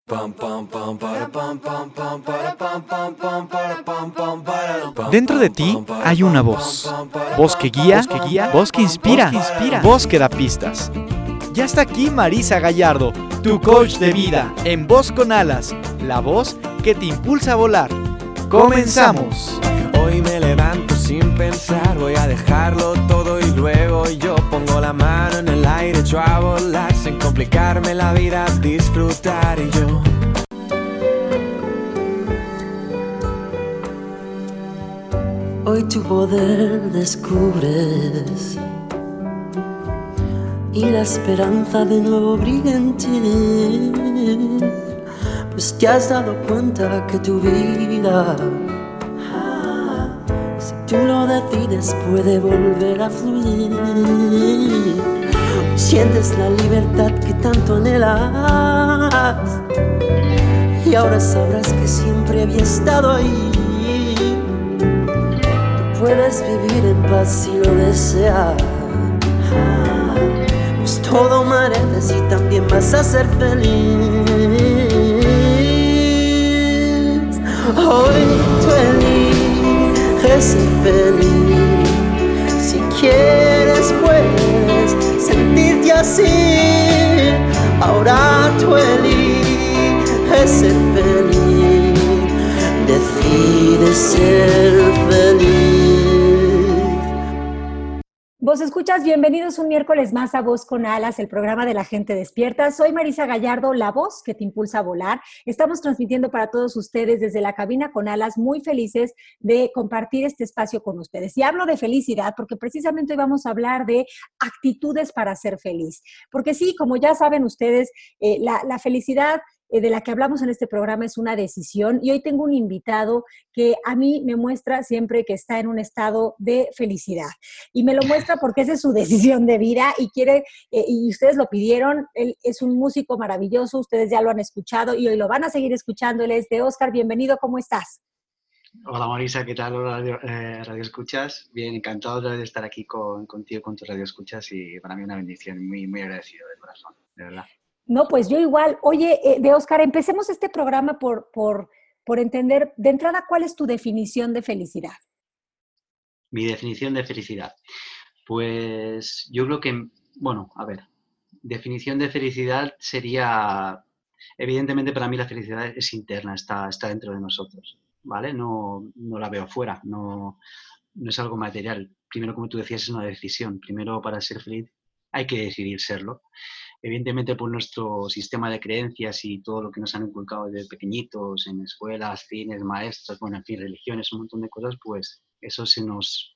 Dentro de ti hay una voz. Voz que guía, voz que inspira, voz que da pistas. Ya está aquí Marisa Gallardo, tu coach de vida, en Voz con Alas, la voz que te impulsa a volar. ¡Comenzamos! Hoy me levanto sin pensar, voy a dejarlo todo y luego yo pongo la mano en el aire, echo a volar sin complicarme la vida, disfrutar y yo. Hoy tu poder descubres y la esperanza de nuevo brilla en ti, pues te has dado cuenta que tu vida, si tú lo decides, puede volver a fluir. Sientes la libertad que tanto anhelas y ahora sabrás que siempre había estado ahí. Puedes vivir en paz si lo deseas, pues todo mereces y también vas a ser feliz. Hoy tú eliges ser feliz. Si quieres puedes sentirte así. Ahora tú eliges ser feliz. Decide ser feliz. Vos escuchas, bienvenidos un miércoles más a Voz con Alas, el programa de la gente despierta. Soy Marisa Gallardo, la voz que te impulsa a volar. Estamos transmitiendo para todos ustedes desde la cabina con Alas, muy felices de compartir este espacio con ustedes. Y hablo de felicidad porque precisamente hoy vamos a hablar de actitudes para ser feliz. Porque sí, como ya saben ustedes, la felicidad de la que hablamos en este programa es una decisión, y hoy tengo un invitado que a mí me muestra siempre que está en un estado de felicidad, y me lo muestra porque esa es su decisión de vida y quiere, y ustedes lo pidieron. Él es un músico maravilloso, ustedes ya lo han escuchado y hoy lo van a seguir escuchando. Él es de Óscar. Bienvenido, ¿cómo estás? Hola Marisa, ¿qué tal? Hola Radio Escuchas. Bien, encantado de estar aquí contigo, con tus Radio Escuchas, y para mí una bendición, muy, muy agradecido de corazón, de verdad. No, pues yo igual. Oye, de Óscar, empecemos este programa por entender, de entrada, ¿cuál es tu definición de felicidad? Mi definición de felicidad. Pues yo creo que, bueno, a ver, definición de felicidad sería, evidentemente para mí la felicidad es interna, está dentro de nosotros, ¿vale? No la veo fuera, no es algo material. Primero, como tú decías, es una decisión. Primero, para ser feliz hay que decidir serlo. Evidentemente, por nuestro sistema de creencias y todo lo que nos han inculcado desde pequeñitos, en escuelas, cines, maestros, bueno, en fin, religiones, un montón de cosas, pues eso se nos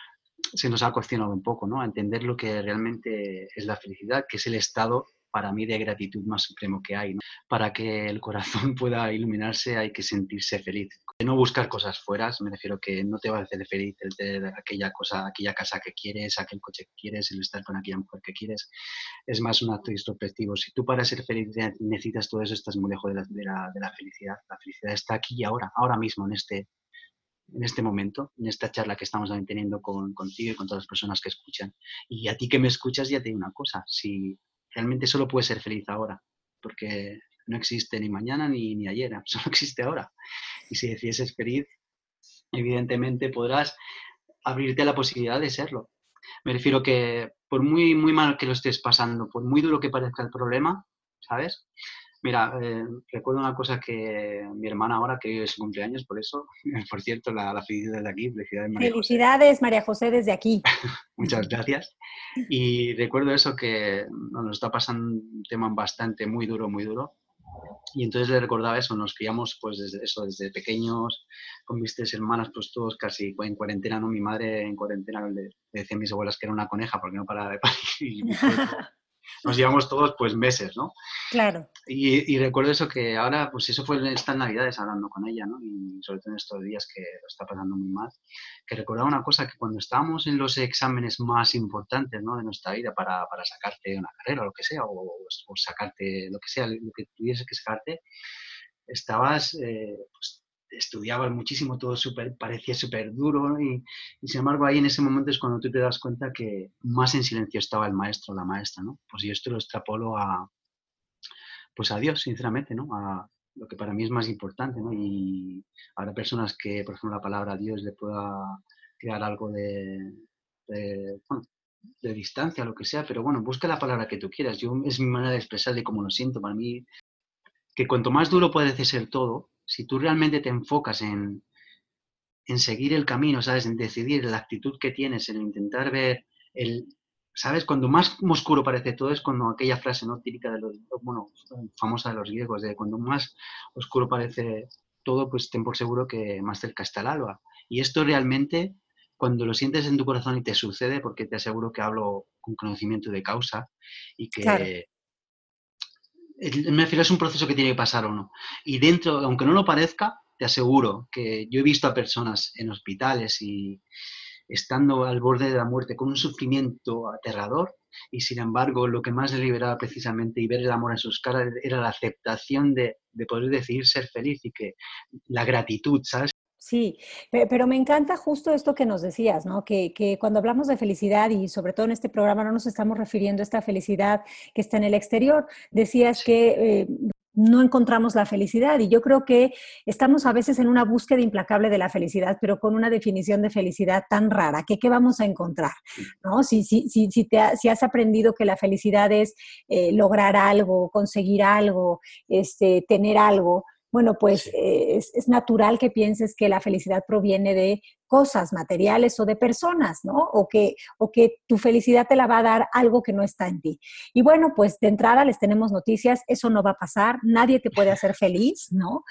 ha cuestionado un poco, ¿no? A entender lo que realmente es la felicidad, que es el estado, para mí, de gratitud más supremo que hay, ¿no? Para que el corazón pueda iluminarse hay que sentirse feliz. De no buscar cosas fuera, me refiero que no te va a hacer feliz el tener aquella cosa, aquella casa que quieres, aquel coche que quieres, el estar con aquella mujer que quieres. Es más un acto introspectivo. Si tú, para ser feliz, necesitas todo eso, estás muy lejos de la felicidad. La felicidad está aquí y ahora mismo, en este momento, en esta charla que estamos teniendo contigo y con todas las personas que escuchan. Y a ti que me escuchas, ya te digo una cosa: si realmente solo puedes ser feliz ahora, porque no existe ni mañana ni ayer, solo existe ahora. Y si decides ser feliz, evidentemente podrás abrirte a la posibilidad de serlo. Me refiero que por muy, muy mal que lo estés pasando, por muy duro que parezca el problema, ¿sabes? Mira, recuerdo una cosa que mi hermana ahora, que hoy es su cumpleaños, por eso, por cierto, la felicidad de aquí, felicidades María José. Felicidades, María José, desde aquí. Muchas gracias. Y recuerdo eso, que nos está pasando un tema bastante muy duro, y entonces le recordaba eso. Nos criamos pues desde pequeños, con mis tres hermanas, pues todos casi en cuarentena, ¿no? Mi madre en cuarentena le decía a mis abuelas que era una coneja porque no paraba de parir, y nos llevamos todos pues meses, ¿no? Claro. Y recuerdo eso, que ahora, pues eso fue estas navidades hablando con ella, ¿no? Y sobre todo en estos días que lo está pasando muy mal, que recordaba una cosa: que cuando estábamos en los exámenes más importantes, ¿no?, de nuestra vida, para sacarte una carrera o lo que sea, o sacarte lo que sea, lo que tuvieses que sacarte, estabas, pues estudiabas muchísimo, todo parecía súper duro, ¿no? Y sin embargo, ahí en ese momento es cuando tú te das cuenta que más en silencio estaba el maestro o la maestra, ¿no? Pues yo esto lo extrapolo pues a Dios, sinceramente, ¿no? A lo que para mí es más importante, ¿no? Y habrá personas que, por ejemplo, la palabra Dios le pueda crear algo bueno, de distancia, lo que sea, pero bueno, busca la palabra que tú quieras. Es mi manera de expresar de cómo lo siento. Para mí, que cuanto más duro puede ser todo, si tú realmente te enfocas en seguir el camino, ¿sabes? En decidir la actitud que tienes, en intentar ver el... ¿Sabes? Cuando más oscuro parece todo es cuando aquella frase, ¿no? Típica de los, bueno, famosa de los griegos, de cuando más oscuro parece todo, pues ten por seguro que más cerca está el alba. Y esto realmente, cuando lo sientes en tu corazón y te sucede, porque te aseguro que hablo con conocimiento de causa y Claro. que me refiero, es un proceso que tiene que pasar o no. Y dentro, aunque no lo parezca, te aseguro que yo he visto a personas en hospitales y estando al borde de la muerte con un sufrimiento aterrador y sin embargo lo que más les liberaba precisamente y ver el amor en sus caras era la aceptación de poder decidir ser feliz y que la gratitud, ¿sabes? Sí, pero me encanta justo esto que nos decías, ¿no? Que cuando hablamos de felicidad y sobre todo en este programa no nos estamos refiriendo a esta felicidad que está en el exterior. Decías Sí, que no encontramos la felicidad y yo creo que estamos a veces en una búsqueda implacable de la felicidad, pero con una definición de felicidad tan rara, que ¿qué vamos a encontrar? ¿No? Si has aprendido que la felicidad es lograr algo, conseguir algo, tener algo, bueno, pues sí. es natural que pienses que la felicidad proviene de cosas materiales o de personas, ¿no? O que tu felicidad te la va a dar algo que no está en ti. Y bueno, pues de entrada les tenemos noticias, eso no va a pasar, nadie te puede hacer feliz, ¿no?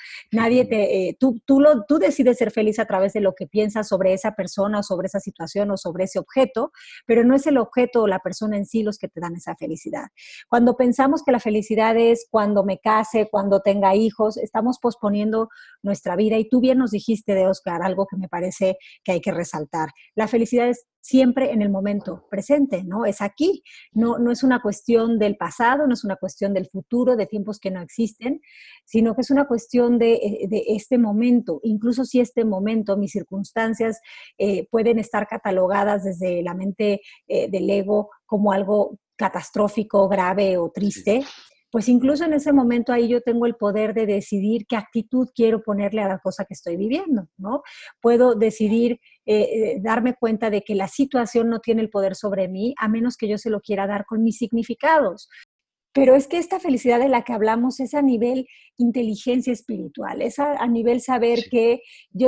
Tú decides ser feliz a través de lo que piensas sobre esa persona, o sobre esa situación o sobre ese objeto, pero no es el objeto o la persona en sí los que te dan esa felicidad. Cuando pensamos que la felicidad es cuando me case, cuando tenga hijos, estamos posponiendo nuestra vida. Y tú bien nos dijiste de Oscar algo que me parece que hay que resaltar. La felicidad es siempre en el momento presente, ¿no? Es aquí, no es una cuestión del pasado, no es una cuestión del futuro, de tiempos que no existen, sino que es una cuestión de este momento. Incluso si este momento, mis circunstancias pueden estar catalogadas desde la mente del ego como algo catastrófico, grave o Sí. triste, pues incluso en ese momento ahí yo tengo el poder de decidir qué actitud quiero ponerle a la cosa que estoy viviendo, ¿no? Puedo decidir darme cuenta de que la situación no tiene el poder sobre mí a menos que yo se lo quiera dar con mis significados. Pero es que esta felicidad de la que hablamos es a nivel inteligencia espiritual, es a nivel saber Sí. que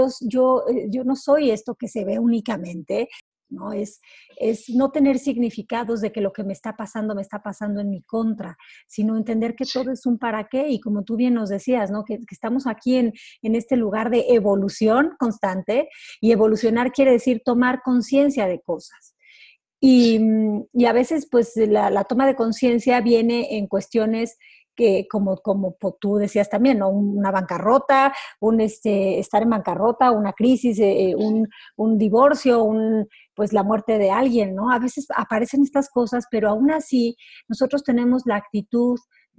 yo no soy esto que se ve únicamente, ¿no? Es no tener significados de que lo que me está pasando en mi contra, sino entender que Sí. todo es un para qué y como tú bien nos decías, ¿no? Que estamos aquí en este lugar de evolución constante y Sí. evolucionar quiere decir tomar conciencia de cosas. Sí. Y a veces, pues, la toma de conciencia viene en cuestiones que, como tú decías también, ¿no? Una bancarrota, estar en bancarrota, una crisis, un divorcio, pues la muerte de alguien, ¿no? A veces aparecen estas cosas, pero aún así nosotros tenemos la actitud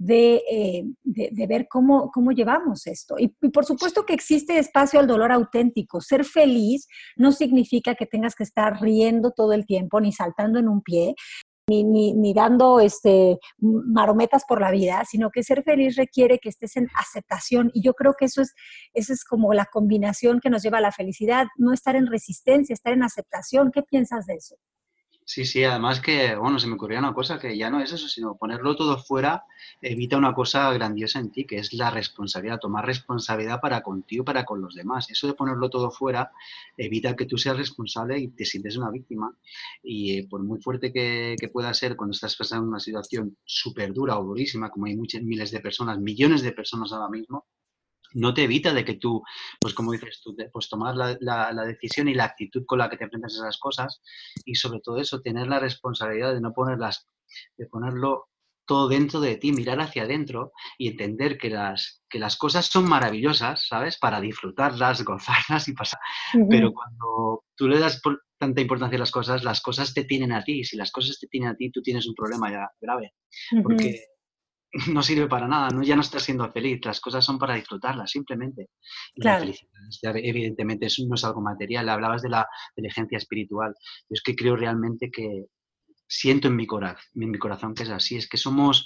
de ver cómo llevamos esto. Y por supuesto que existe espacio al dolor auténtico. Ser feliz no significa que tengas que estar riendo todo el tiempo, ni saltando en un pie, ni dando marometas por la vida, sino que ser feliz requiere que estés en aceptación. Y yo creo que eso es como la combinación que nos lleva a la felicidad, no estar en resistencia, estar en aceptación. ¿Qué piensas de eso? Sí, sí, además que, bueno, se me ocurría una cosa que ya no es eso, sino ponerlo todo fuera evita una cosa grandiosa en ti, que es la responsabilidad, tomar responsabilidad para contigo, para con los demás. Eso de ponerlo todo fuera evita que tú seas responsable y te sientes una víctima. Y por muy fuerte que pueda ser cuando estás pasando una situación súper dura o durísima, como hay muchas miles de personas, millones de personas ahora mismo, no te evita de que tú, pues como dices tú, pues tomar la decisión y la actitud con la que te enfrentas a esas cosas y sobre todo eso, tener la responsabilidad de no de ponerlo todo dentro de ti, mirar hacia adentro y entender que las cosas son maravillosas, ¿sabes? Para disfrutarlas, gozarlas y pasar. Pero Ujú. cuando tú le das tanta importancia a las cosas te tienen a ti. Y si las cosas te tienen a ti, tú tienes un problema ya grave. Ujú. Porque no sirve para nada, ¿no? Ya no estás siendo feliz, las cosas son para disfrutarlas, simplemente. Y la Claro. felicidad, evidentemente, no es algo material. Hablabas de la inteligencia espiritual. Yo es que creo realmente que siento en mi corazón que es así, es que somos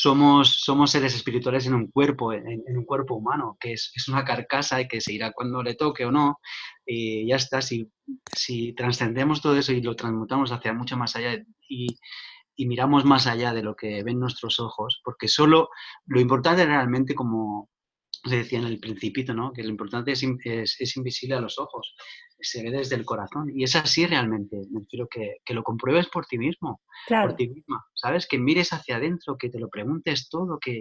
seres espirituales en un cuerpo, en un cuerpo humano, que es una carcasa y que se irá cuando le toque o no, y ya está. Si trascendemos todo eso y lo transmutamos hacia mucho más allá y miramos más allá de lo que ven nuestros ojos, porque solo lo importante realmente, como se decía en el Principito, ¿no? Que lo importante es invisible a los ojos, se ve desde el corazón. Y es así realmente. Me refiero que lo compruebes por ti mismo, por Claro. ti misma, ¿sabes? Que mires hacia adentro, que te lo preguntes todo, que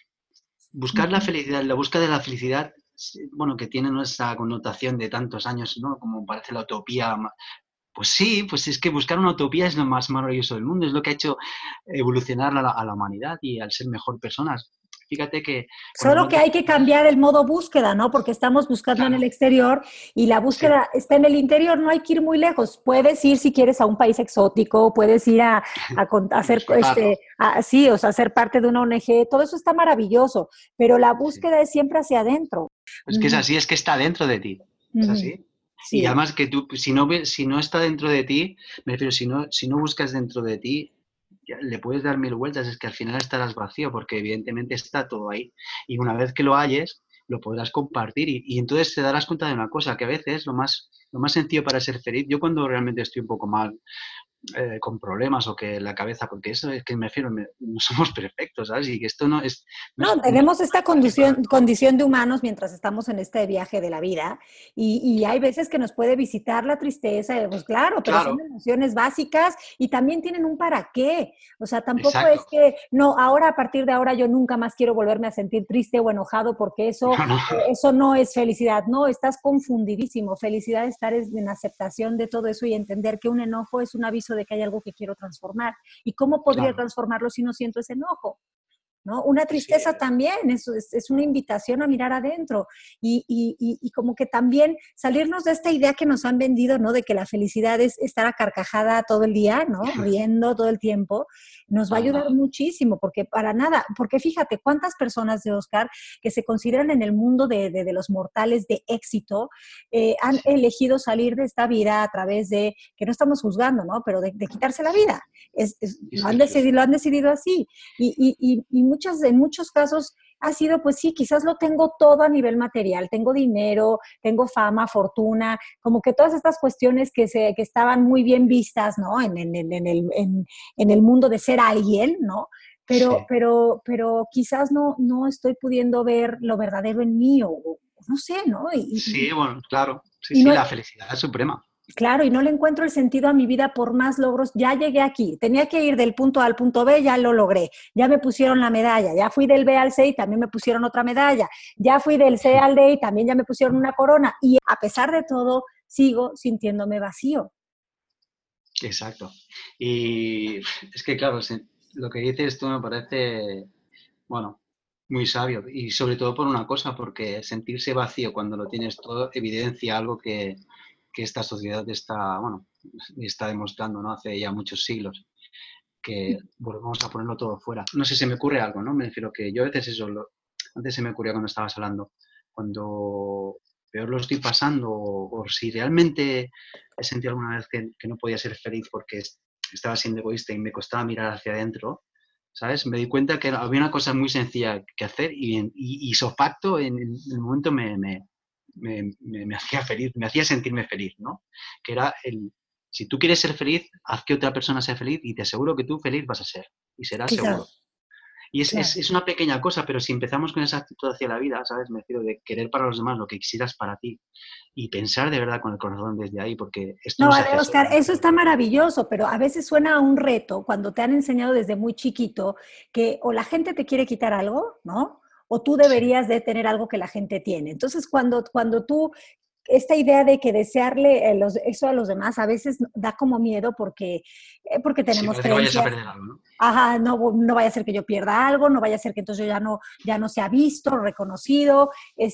buscar la Ujú. felicidad, la búsqueda de la felicidad, bueno, que tiene esa connotación de tantos años, ¿no? Como parece la utopía. Pues sí, pues es que buscar una utopía es lo más maravilloso del mundo, es lo que ha hecho evolucionar a la humanidad y al ser mejor personas. Fíjate que cuando Solo no que te... hay que cambiar el modo búsqueda, ¿no? Porque estamos buscando en Claro, el exterior y la sí, búsqueda está en el interior, no hay que ir muy lejos. Puedes ir si quieres a un país exótico, puedes ir a hacer, disfrutarlo. sí, o sea, ser parte de una ONG, todo eso está maravilloso, pero la Sí. búsqueda es siempre hacia adentro. Es que es Ujú, así, es que está dentro de ti. Es ujú. así. Y Sí, además que tú, si no está dentro de ti, me refiero, si no buscas dentro de ti, ya le puedes dar mil vueltas, es que al final estarás vacío, porque evidentemente está todo ahí. Y una vez que lo halles, lo podrás compartir y entonces te darás cuenta de una cosa, que a veces lo más sencillo para ser feliz, yo cuando realmente estoy un poco mal, con problemas o que la cabeza, porque eso es que me refiero, no somos perfectos, ¿sabes? Y que esto no, no es tenemos esta condición de humanos mientras estamos en este viaje de la vida y hay veces que nos puede visitar la tristeza, pues claro, pero son claro, emociones básicas y también tienen un para qué. O sea, tampoco exacto. es que, no, ahora a partir de ahora yo nunca más quiero volverme a sentir triste o enojado porque No, no, eso no es felicidad. No, estás confundidísimo. Felicidad es estar en aceptación de todo eso y entender que un enojo es un aviso de que hay algo que quiero transformar. ¿Y cómo podría claro. transformarlo si no siento ese enojo? ¿No? Una Sí, sí, tristeza también es una invitación a mirar adentro y como que también salirnos de esta idea que nos han vendido, ¿no? De que la felicidad es estar a carcajada todo el día, ¿no? Riendo todo el tiempo, nos va a para ayudar nada. muchísimo, porque para nada, porque fíjate cuántas personas de Oscar que se consideran en el mundo de los mortales de éxito han Sí, elegido salir de esta vida a través de, que no estamos juzgando, ¿no? Pero de quitarse la vida. sí, sí, sí, sí. Lo han decidido así. En muchos casos ha sido, pues sí, quizás lo tengo todo a nivel material, tengo dinero, tengo fama, fortuna, como que todas estas cuestiones que estaban muy bien vistas, ¿no? En el mundo de ser alguien, ¿no? Sí, Pero quizás no estoy pudiendo ver lo verdadero en mí o no sé, ¿no? sí, bueno, claro. Sí, Y sí, no, la felicidad es suprema. claro, y no le encuentro el sentido a mi vida por más logros. Ya llegué aquí, tenía que ir del punto A al punto B, ya lo logré. Ya me pusieron la medalla, ya fui del B al C y también me pusieron otra medalla. Ya fui del C al D y también ya me pusieron una corona. Y a pesar de todo, sigo sintiéndome vacío. Exacto. Y es que, claro, lo que dices tú me parece, bueno, muy sabio. Y sobre todo por una cosa, porque sentirse vacío cuando lo tienes todo evidencia algo que esta sociedad está, bueno, está demostrando, ¿no? Hace ya muchos siglos, que volvemos a ponerlo todo fuera. No sé, se me ocurre algo, ¿no? Me refiero que yo a veces eso, antes se me ocurría cuando estabas hablando, cuando peor lo estoy pasando o si realmente he sentido alguna vez que no podía ser feliz porque estaba siendo egoísta y me costaba mirar hacia adentro, ¿sabes? Me di cuenta que había una cosa muy sencilla que hacer y isopacto en el momento me hacía feliz, me hacía sentirme feliz, ¿no? Que era si tú quieres ser feliz, haz que otra persona sea feliz y te aseguro que tú feliz vas a ser y serás Claro, seguro. Y claro. es una pequeña cosa, pero si empezamos con esa actitud hacia la vida, ¿sabes? Me refiero de querer para los demás lo que quisieras para ti y pensar de verdad con el corazón desde ahí, porque esto No, no se vale, hace solo. Oscar, eso está maravilloso, pero a veces suena a un reto cuando te han enseñado desde muy chiquito que o la gente te quiere quitar algo, ¿no? O tú Sí, deberías de tener algo que la gente tiene. Entonces, cuando tú, esta idea de que desearle eso a los demás a veces da como miedo porque sí, tenemos parece que vayas a creencias. perder algo, ¿no? Ajá, no vaya a ser que yo pierda algo, no vaya a ser que entonces yo ya no sea visto, reconocido,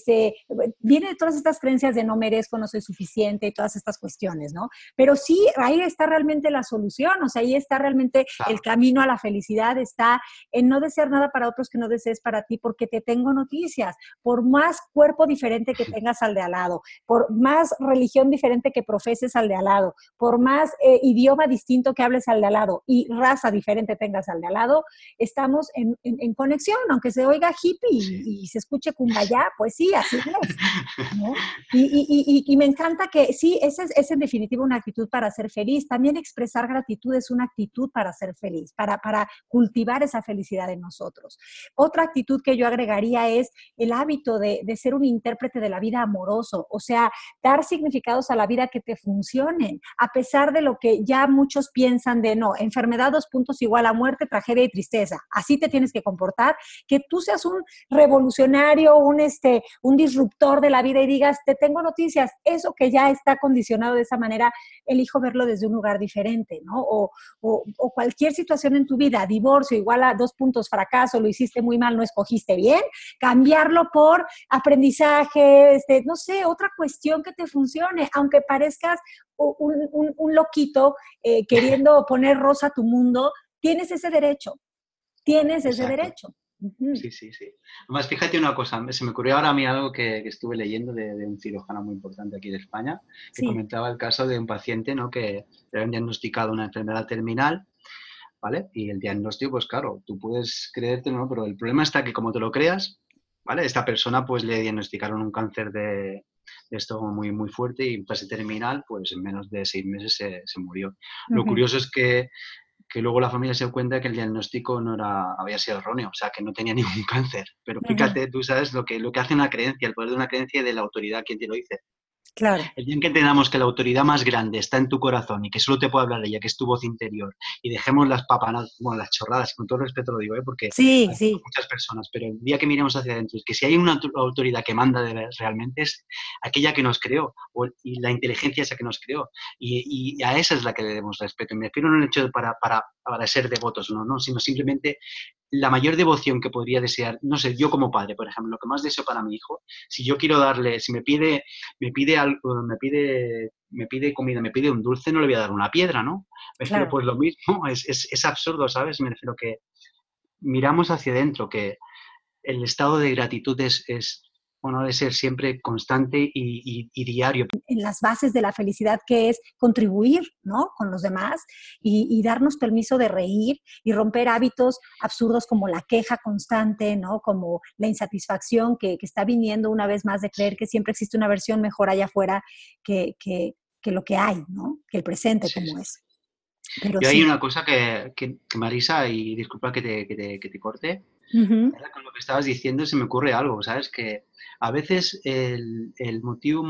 viene de todas estas creencias de no merezco, no soy suficiente y todas estas cuestiones, ¿no? Pero sí, ahí está realmente la solución, o sea, ahí está realmente el Claro. camino a la felicidad, está en no desear nada para otros que no desees para ti, porque te tengo noticias, por más cuerpo diferente que tengas al de al lado, por más religión diferente que profeses al de al lado, por más idioma distinto que hables al de al lado y raza diferente tengas al de al lado, estamos en conexión, aunque se oiga hippie Sí. y se escuche kumbaya, pues sí, así es, ¿no? Y me encanta que sí, es en definitiva una actitud para ser feliz. También expresar gratitud es una actitud para ser feliz, para cultivar esa felicidad en nosotros. Otra actitud que yo agregaría es el hábito de ser un intérprete de la vida amoroso, o sea, dar significados a la vida que te funcionen, a pesar de lo que ya muchos piensan de no, enfermedad 2 puntos igual a muerte, tragedia y tristeza. Así te tienes que comportar, que tú seas un revolucionario, un disruptor de la vida y digas, te tengo noticias, eso que ya está condicionado de esa manera, elijo verlo desde un lugar diferente, ¿no? O cualquier situación en tu vida, divorcio igual a 2 puntos, fracaso, lo hiciste muy mal, no escogiste bien, cambiarlo por aprendizaje, no sé, otra cuestión que te funcione, aunque parezcas un loquito queriendo poner rosa a tu mundo, tienes ese derecho, tienes ese Exacto. derecho. Uh-huh. Sí, sí, sí. Además, fíjate una cosa, se me ocurrió ahora a mí algo que estuve leyendo de un cirujano muy importante aquí de España, que Sí, comentaba el caso de un paciente, ¿no? Que le habían diagnosticado una enfermedad terminal, ¿vale? Y el diagnóstico, pues claro, tú puedes creerte, ¿no? Pero el problema está que como te lo creas, ¿vale? Esta persona pues le diagnosticaron un cáncer de estómago muy, muy fuerte y en fase terminal, pues en menos de 6 meses se murió. Lo uh-huh. curioso es que luego la familia se dio cuenta que el diagnóstico no era, había sido erróneo, o sea, que no tenía ningún cáncer. Pero Uh-huh. fíjate, tú sabes lo que hace una creencia, el poder de una creencia y de la autoridad quien te lo dice. Claro. El día en que entendamos que la autoridad más grande está en tu corazón y que solo te puede hablar ella, que es tu voz interior, y dejemos las papanas, bueno, las chorradas, con todo respeto lo digo, porque Sí, hay sí, muchas personas, pero el día que miremos hacia adentro, es que si hay una autoridad que manda realmente es aquella que nos creó, y la inteligencia esa que nos creó, y a esa es la que le debemos respeto. Y me refiero no en el hecho de para ser devotos, no, sino simplemente la mayor devoción que podría desear, no sé, yo como padre, por ejemplo, lo que más deseo para mi hijo, si yo quiero darle, si me pide algo, me pide comida, me pide un dulce, no le voy a dar una piedra, ¿no? Me refiero, claro. pues lo mismo, es absurdo, ¿sabes? Me refiero que miramos hacia adentro, que el estado de gratitud bueno, ha de ser siempre constante y diario. En las bases de la felicidad, que es contribuir, ¿no? Con los demás y darnos permiso de reír y romper hábitos absurdos como la queja constante, ¿no? Como la insatisfacción que está viniendo una vez más de creer que siempre existe una versión mejor allá afuera que lo que hay, ¿no? Que el presente Sí, como sí. es. Pero Yo hay sí. una cosa que Marisa, y disculpa que te corte, Uh-huh. ahora con lo que estabas diciendo se me ocurre algo, ¿sabes? Que a veces el motivo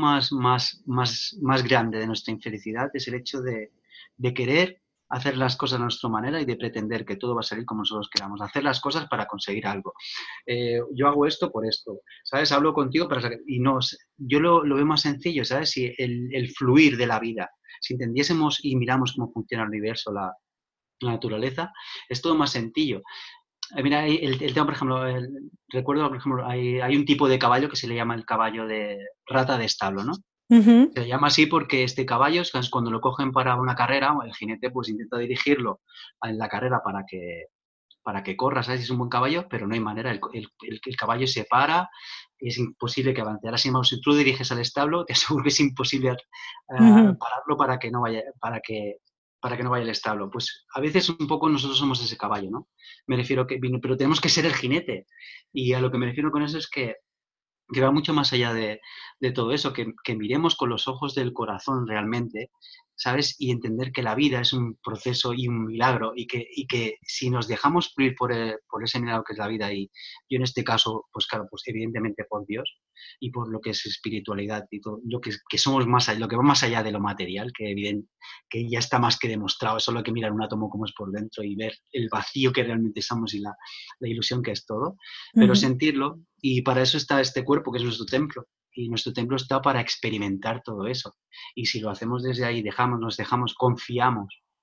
más grande de nuestra infelicidad es el hecho de querer hacer las cosas a nuestra manera y de pretender que todo va a salir como nosotros queramos. Hacer las cosas para conseguir algo. Yo hago esto por esto, ¿sabes? Hablo contigo y no, yo lo veo más sencillo, ¿sabes? Si el fluir de la vida, si entendiésemos y miramos cómo funciona el universo, la naturaleza, es todo más sencillo. Mira, el tema, por ejemplo, recuerdo, por ejemplo, hay un tipo de caballo que se le llama el caballo de rata de establo, ¿no? Uh-huh. Se le llama así porque este caballo, es cuando lo cogen para una carrera, el jinete pues intenta dirigirlo en la carrera para que corra, ¿sabes? Es un buen caballo, pero no hay manera, el caballo se para, es imposible que avance. Ahora, sin embargo, si tú lo diriges al establo, te aseguro que es imposible Uh-huh. pararlo para que no vaya, para que no vaya al establo. Pues a veces un poco nosotros somos ese caballo, ¿no? Me refiero pero tenemos que ser el jinete. Y a lo que me refiero con eso es que va mucho más allá de todo eso, que miremos con los ojos del corazón realmente, ¿sabes? Y entender que la vida es un proceso y un milagro y que si nos dejamos fluir por ese milagro que es la vida y yo en este caso, pues claro, pues evidentemente por Dios y por lo que es espiritualidad y todo, lo que somos más allá, lo que va más allá de lo material, que ya está más que demostrado, solo hay que mirar un átomo como es por dentro y ver el vacío que realmente somos y la ilusión que es todo, pero Uh-huh. sentirlo, y para eso está este cuerpo que es nuestro templo, y nuestro templo está para experimentar todo eso. Y si lo hacemos desde ahí, nos dejamos, confiamos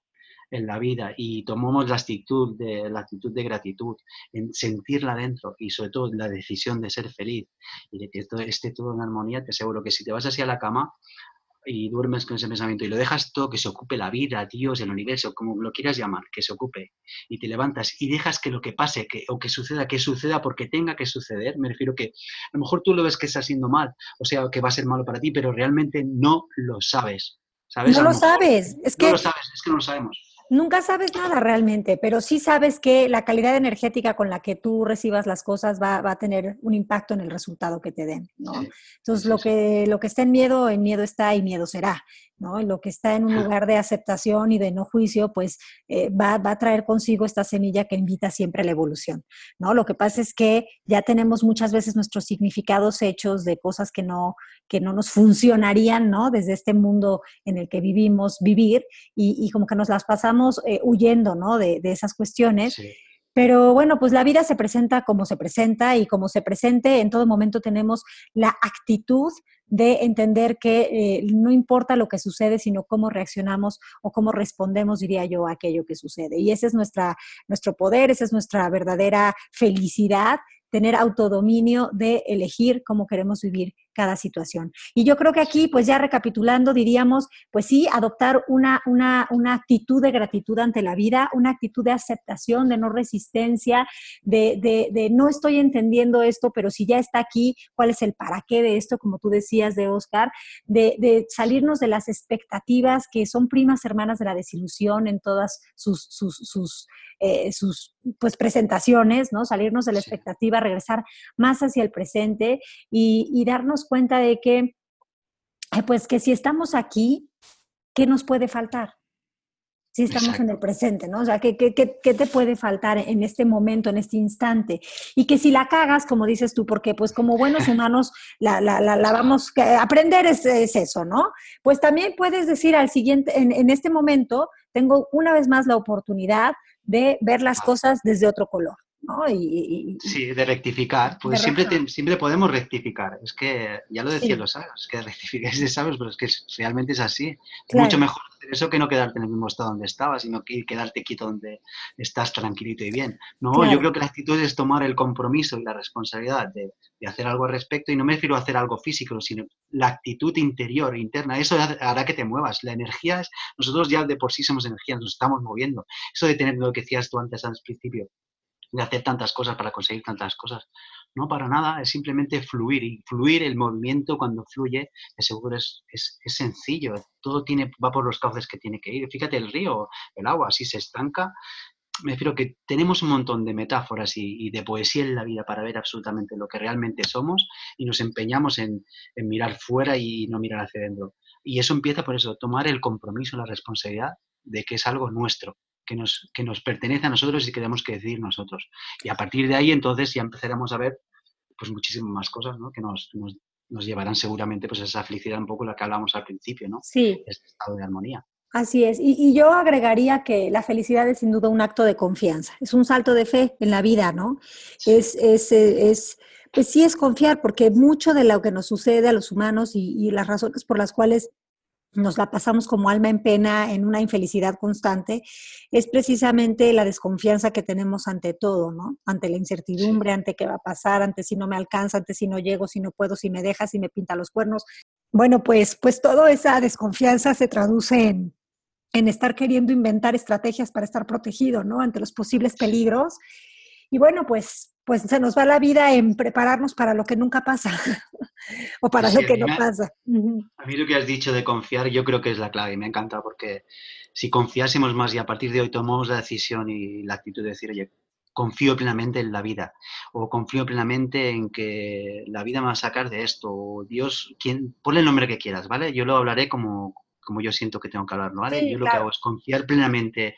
en la vida y tomamos la actitud de gratitud, en sentirla dentro y sobre todo la decisión de ser feliz y de que todo esté todo en armonía, te aseguro que si te vas así a la cama y duermes con ese pensamiento y lo dejas todo, que se ocupe la vida, Dios, el universo, como lo quieras llamar, que se ocupe, y te levantas y dejas que lo que pase o que suceda porque tenga que suceder, me refiero que a lo mejor tú lo ves que está siendo mal, o sea, que va a ser malo para ti, pero realmente no lo sabes, ¿sabes? No A lo lo mejor sabes, es no lo que sabes, es que no lo sabemos. nunca sabes nada realmente, pero sí sabes que la calidad energética con la que tú recibas las cosas va a tener un impacto en el resultado que te den, ¿no? Sí, Entonces, sí, sí. lo que está en miedo está y miedo será, ¿no? Y lo que está en un lugar de aceptación y de no juicio, pues va a traer consigo esta semilla que invita siempre a la evolución, ¿no? Lo que pasa es que ya tenemos muchas veces nuestros significados hechos de cosas que no nos funcionarían, ¿no? Desde este mundo en el que vivir y como que nos las pasamos huyendo, ¿no? De esas cuestiones. Sí. Pero bueno, pues la vida se presenta como se presenta y como se presente, en todo momento tenemos la actitud de entender que no importa lo que sucede, sino cómo reaccionamos o cómo respondemos, diría yo, a aquello que sucede. Y ese es nuestro poder, esa es nuestra verdadera felicidad, tener autodominio de elegir cómo queremos vivir cada situación. Y yo creo que aquí, pues ya recapitulando, diríamos, pues sí, adoptar una actitud de gratitud ante la vida, una actitud de aceptación, de no resistencia, de no estoy entendiendo esto, pero si ya está aquí, ¿cuál es el para qué de esto? Como tú decías de Oscar, de salirnos de las expectativas que son primas hermanas de la desilusión en todas sus pues, presentaciones, ¿no? Salirnos de la Sí. expectativa, regresar más hacia el presente y darnos cuenta de que, pues que si estamos aquí, ¿qué nos puede faltar? Si estamos en el Exacto. presente, ¿no? O sea, ¿qué te puede faltar en este momento, en este instante? Y que si la cagas, como dices tú, porque pues como buenos humanos la vamos a aprender es eso, ¿no? Pues también puedes decir al siguiente, en este momento, tengo una vez más la oportunidad de ver las Claro. cosas desde otro color, ¿no? Sí, de rectificar, De pues siempre podemos rectificar. Es que, ya lo decían sí, los sabios, que rectificar es de sabios, pero es que realmente es así. Es mucho claro, mejor hacer eso que no quedarte en el mismo estado donde estabas, sino que quedarte quieto donde estás tranquilito y bien. No, yo claro. creo que la actitud es tomar el compromiso y la responsabilidad de hacer algo al respecto, y no me refiero a hacer algo físico, sino la actitud interior, interna. Eso hará que te muevas. La energía es, nosotros ya de por sí somos energía, nos estamos moviendo. Eso de tener lo que decías tú antes al principio, de hacer tantas cosas para conseguir tantas cosas. No para nada, es simplemente fluir. Y fluir, el movimiento cuando fluye, de seguro es sencillo. Todo va por los cauces que tiene que ir. Fíjate, el río, el agua, si se estanca, me refiero que tenemos un montón de metáforas y de poesía en la vida para ver absolutamente lo que realmente somos, y nos empeñamos en mirar fuera y no mirar hacia adentro. Y eso empieza por eso, tomar el compromiso, la responsabilidad de que es algo nuestro, que nos pertenece a nosotros y que tenemos que decidir nosotros. Y a partir de ahí, entonces, ya empezaremos a ver pues muchísimas más cosas, ¿no? Que nos llevarán seguramente pues a esa felicidad, un poco la que hablábamos al principio, ¿no? Sí, Este estado de armonía. así es. Y yo agregaría que la felicidad es sin duda un acto de confianza, es un salto de fe en la vida, ¿no? Sí, Pues sí es confiar, porque mucho de lo que nos sucede a los humanos y las razones por las cuales nos la pasamos como alma en pena en una infelicidad constante, es precisamente la desconfianza que tenemos ante todo, ¿no? Ante la sí, incertidumbre, ante qué va a pasar, ante si no me alcanza, ante si no llego, si no puedo, si me deja, si me pinta los cuernos. Bueno, pues toda esa desconfianza se traduce en estar queriendo inventar estrategias para estar protegido, ¿no? Ante los posibles sí. peligros. Y bueno, pues se nos va la vida en prepararnos para lo que nunca pasa o Sí, para lo sí, que no pasa. Uh-huh. a mí lo que has dicho de confiar, yo creo que es la clave y me encanta, porque si confiásemos más y a partir de hoy tomamos la decisión y la actitud de decir, oye, confío plenamente en la vida, o confío plenamente en que la vida me va a sacar de esto, o Dios, ponle el nombre que quieras, ¿vale? Yo lo hablaré como yo siento que tengo que hablarlo, ¿vale? Sí, Yo lo que claro. hago es confiar plenamente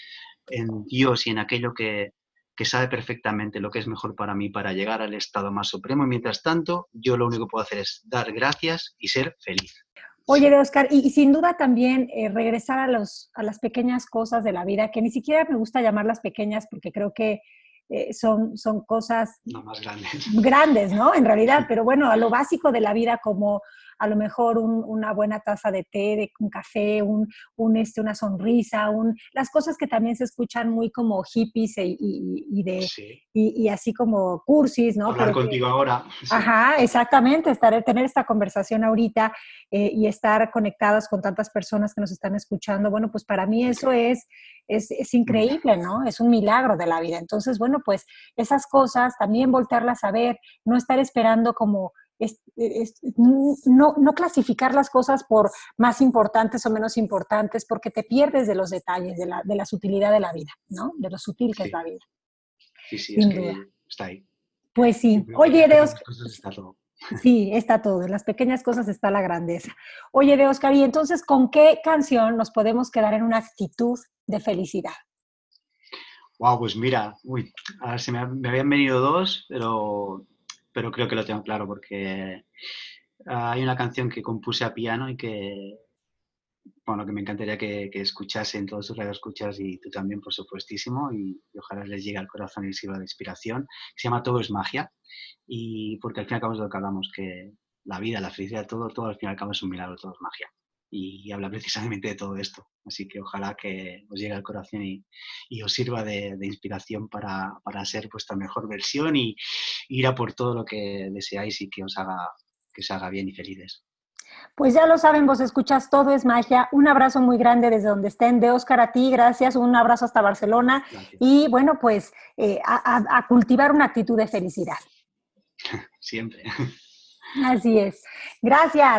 en Dios y en aquello que sabe perfectamente lo que es mejor para mí para llegar al estado más supremo, y mientras tanto, yo lo único que puedo hacer es dar gracias y ser feliz. Oye, de Oscar, y sin duda también regresar a las pequeñas cosas de la vida, que ni siquiera me gusta llamarlas pequeñas porque creo que son cosas No más grandes. Grandes, ¿no? En realidad, pero bueno, a lo básico de la vida, como a lo mejor una buena taza de té, un café, una sonrisa, las cosas que también se escuchan muy como hippies Sí. y así como cursis, ¿no? Hablar contigo ahora. Sí. Ajá, exactamente, tener esta conversación ahorita y estar conectados con tantas personas que nos están escuchando, bueno, pues para mí eso es increíble, ¿no? Es un milagro de la vida. Entonces, bueno, pues esas cosas también voltearlas a ver, no estar esperando como no clasificar las cosas por más importantes o menos importantes, porque te pierdes de los detalles, de la sutilidad de la vida, ¿no? De lo sutil que es la vida. Sí, sin es duda. que está ahí. Pues sí. Oye, de Oscar. Está todo. Sí, está todo. En las pequeñas cosas está la grandeza. Oye, de Oscar, y entonces, ¿con qué canción nos podemos quedar en una actitud de felicidad? Wow, pues mira, a ver, me habían venido dos, pero creo que lo tengo claro porque hay una canción que compuse a piano y que me encantaría que escuchasen todos sus radioescuchas y tú también, por supuestísimo, y ojalá les llegue al corazón y sirva de inspiración, que se llama Todo es magia, y porque al fin y al cabo es lo que hablamos, que la vida, la felicidad, todo al fin y al cabo es un milagro, todo es magia. Y habla precisamente de todo esto. Así que ojalá que os llegue al corazón y os sirva de inspiración para ser vuestra mejor versión y ir a por todo lo que deseáis y que os haga bien y felices. Pues ya lo saben, vos escuchas Todo es magia. Un abrazo muy grande desde donde estén. De Oscar a ti, gracias. Un abrazo hasta Barcelona. Gracias. Y bueno, pues a cultivar una actitud de felicidad. Siempre. Así es. Gracias.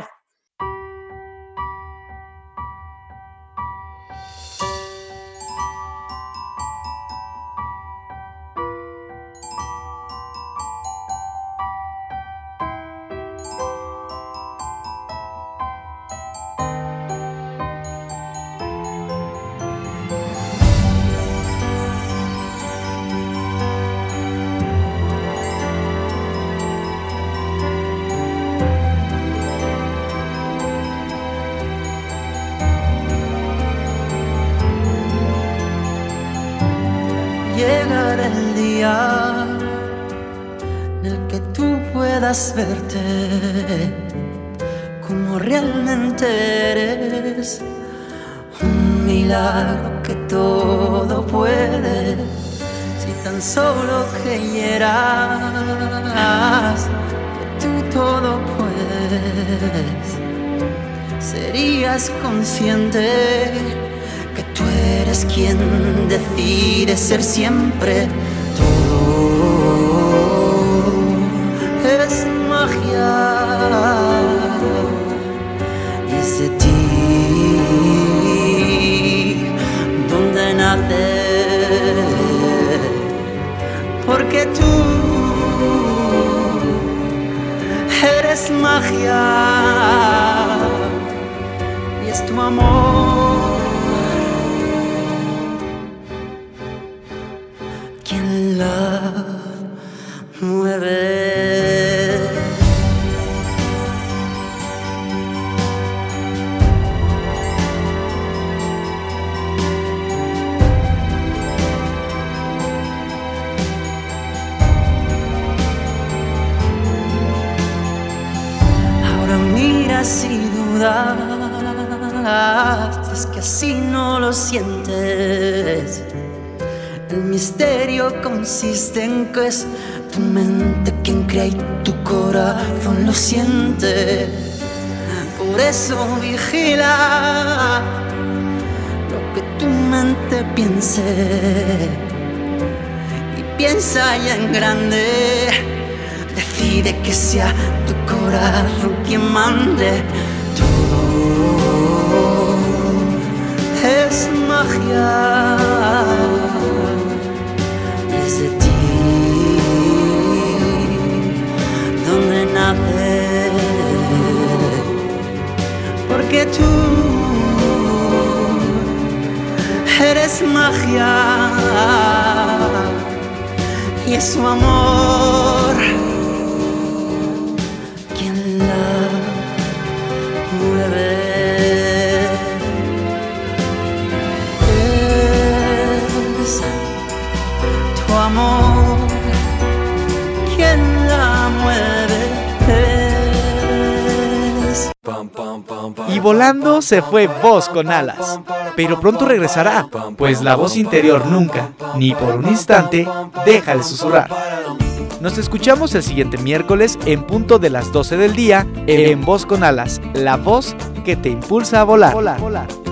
Llegará el día en el que tú puedas verte como realmente eres, un milagro que todo puede, si tan solo creyeras que tú todo puedes, serías consciente que tú eres quien decide ser siempre. Todo es magia y es de ti donde nace, porque tú eres magia y es tu amor quien la mueve. Ahora miras y dudas, es que así no lo sientes. El misterio consiste en que es tu mente quien crea y tu corazón lo siente. Por eso vigila lo que tu mente piense y piensa ya en grande. Decide que sea tu corazón quien mande. Todo es magia. De ti donde nace, porque tú eres magia y es su amor quien la mueve. amor, quien la mueve es. Y volando se fue Voz con Alas, pero pronto regresará, pues la voz interior nunca, ni por un instante, deja de susurrar. Nos escuchamos el siguiente miércoles en punto de las 12 del día en Voz con Alas, la voz que te impulsa a volar.